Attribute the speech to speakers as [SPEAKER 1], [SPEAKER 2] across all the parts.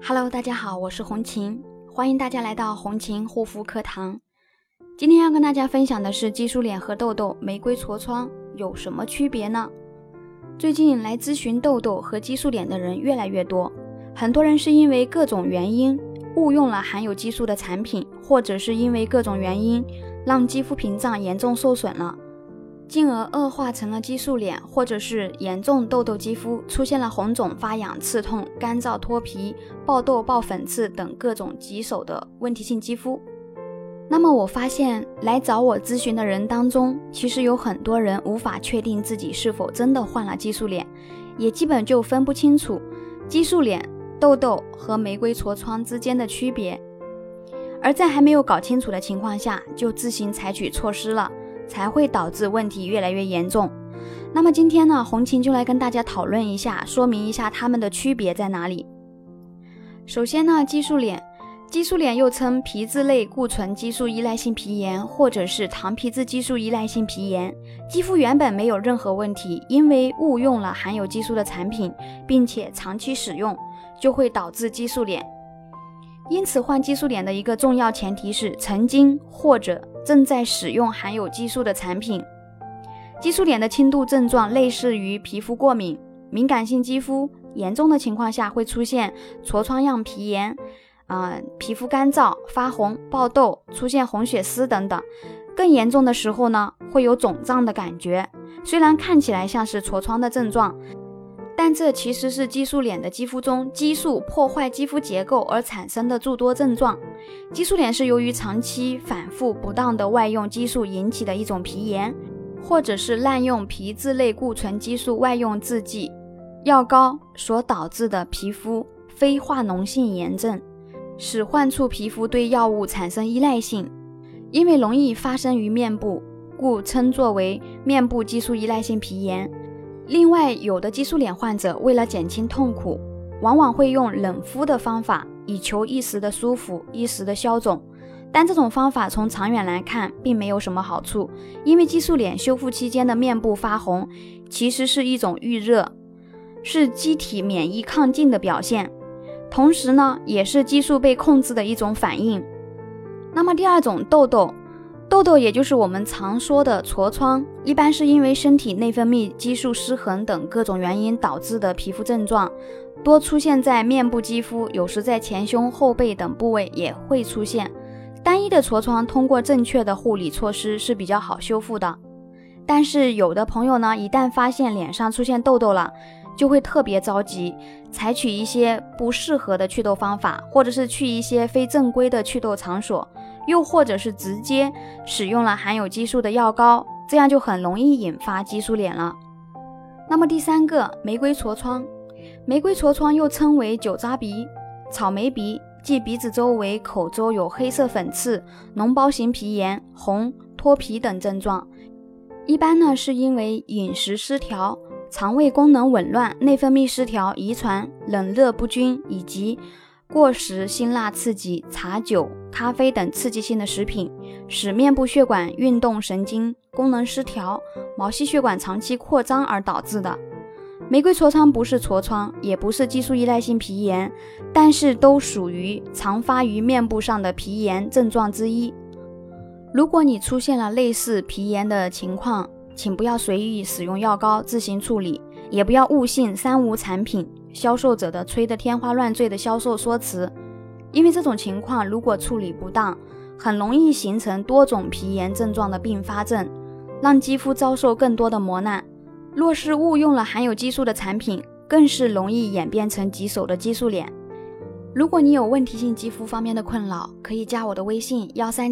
[SPEAKER 1] Hello， 大家好，我是红琴，欢迎大家来到红琴护肤课堂。今天要跟大家分享的是激素脸和痘痘、玫瑰痤疮有什么区别呢？最近来咨询痘痘和激素脸的人越来越多，很多人是因为各种原因误用了含有激素的产品，或者是因为各种原因让肌肤屏障严重受损了，进而恶化成了激素脸，或者是严重痘痘肌肤，出现了红肿、发痒、刺痛、干燥、脱皮、爆痘、爆粉刺等各种棘手的问题性肌肤。那么我发现来找我咨询的人当中，其实有很多人无法确定自己是否真的患了激素脸，也基本就分不清楚激素脸、痘痘和玫瑰痤疮之间的区别，而在还没有搞清楚的情况下就自行采取措施了，才会导致问题越来越严重。那么今天呢，红琴就来跟大家讨论一下，说明一下它们的区别在哪里。首先呢，激素脸又称皮质类固醇激素依赖性皮炎，或者是糖皮质激素依赖性皮炎。肌肤原本没有任何问题，因为误用了含有激素的产品，并且长期使用，就会导致激素脸。因此患激素脸的一个重要前提是曾经或者正在使用含有激素的产品。激素脸的轻度症状类似于皮肤过敏、敏感性肌肤，严重的情况下会出现痤疮样皮炎、皮肤干燥、发红、爆痘、出现红血丝等等。更严重的时候呢，会有肿胀的感觉，虽然看起来像是痤疮的症状，但这其实是激素脸的肌肤中激素破坏肌肤结构而产生的诸多症状。激素脸是由于长期反复不当的外用激素引起的一种皮炎，或者是滥用皮质类固醇激素外用制剂、药膏所导致的皮肤非化脓性炎症，使患处皮肤对药物产生依赖性，因为容易发生于面部，故称作为面部激素依赖性皮炎。另外，有的激素脸患者为了减轻痛苦，往往会用冷敷的方法，以求一时的舒服、一时的消肿。但这种方法从长远来看并没有什么好处，因为激素脸修复期间的面部发红其实是一种预热，是机体免疫抗进的表现，同时呢，也是激素被控制的一种反应。那么第二种，痘痘也就是我们常说的痤疮，一般是因为身体内分泌激素失衡等各种原因导致的皮肤症状，多出现在面部肌肤，有时在前胸、后背等部位也会出现。单一的痤疮通过正确的护理措施是比较好修复的，但是有的朋友呢，一旦发现脸上出现痘痘了，就会特别着急，采取一些不适合的祛痘方法，或者是去一些非正规的祛痘场所，又或者是直接使用了含有激素的药膏，这样就很容易引发激素脸了。那么第三个，玫瑰痤疮。玫瑰痤疮又称为酒渣鼻、草莓鼻，即鼻子周围、口周有黑色粉刺、脓包型皮炎、红、脱皮等症状。一般呢是因为饮食失调、肠胃功能紊乱、内分泌失调、遗传、冷热不均，以及过食辛辣刺激、茶酒、咖啡等刺激性的食品，使面部血管运动神经功能失调、毛细血管长期扩张而导致的。玫瑰痤疮不是痤疮，也不是激素依赖性皮炎，但是都属于常发于面部上的皮炎症状之一。如果你出现了类似皮炎的情况，请不要随意使用药膏自行处理，也不要误信三无产品销售者的吹得天花乱坠的销售说辞，因为这种情况如果处理不当，很容易形成多种皮炎症状的并发症，让肌肤遭受更多的磨难。若是误用了含有激素的产品，更是容易演变成棘手的激素脸。如果你有问题性肌肤方面的困扰，可以加我的微信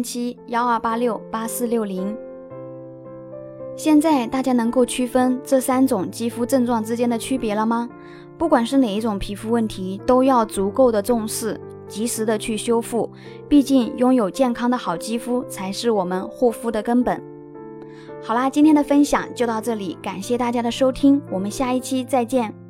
[SPEAKER 1] 137-1286-8460。现在大家能够区分这三种肌肤症状之间的区别了吗？不管是哪一种皮肤问题，都要足够的重视，及时的去修复，毕竟拥有健康的好肌肤才是我们护肤的根本。好啦，今天的分享就到这里，感谢大家的收听，我们下一期再见。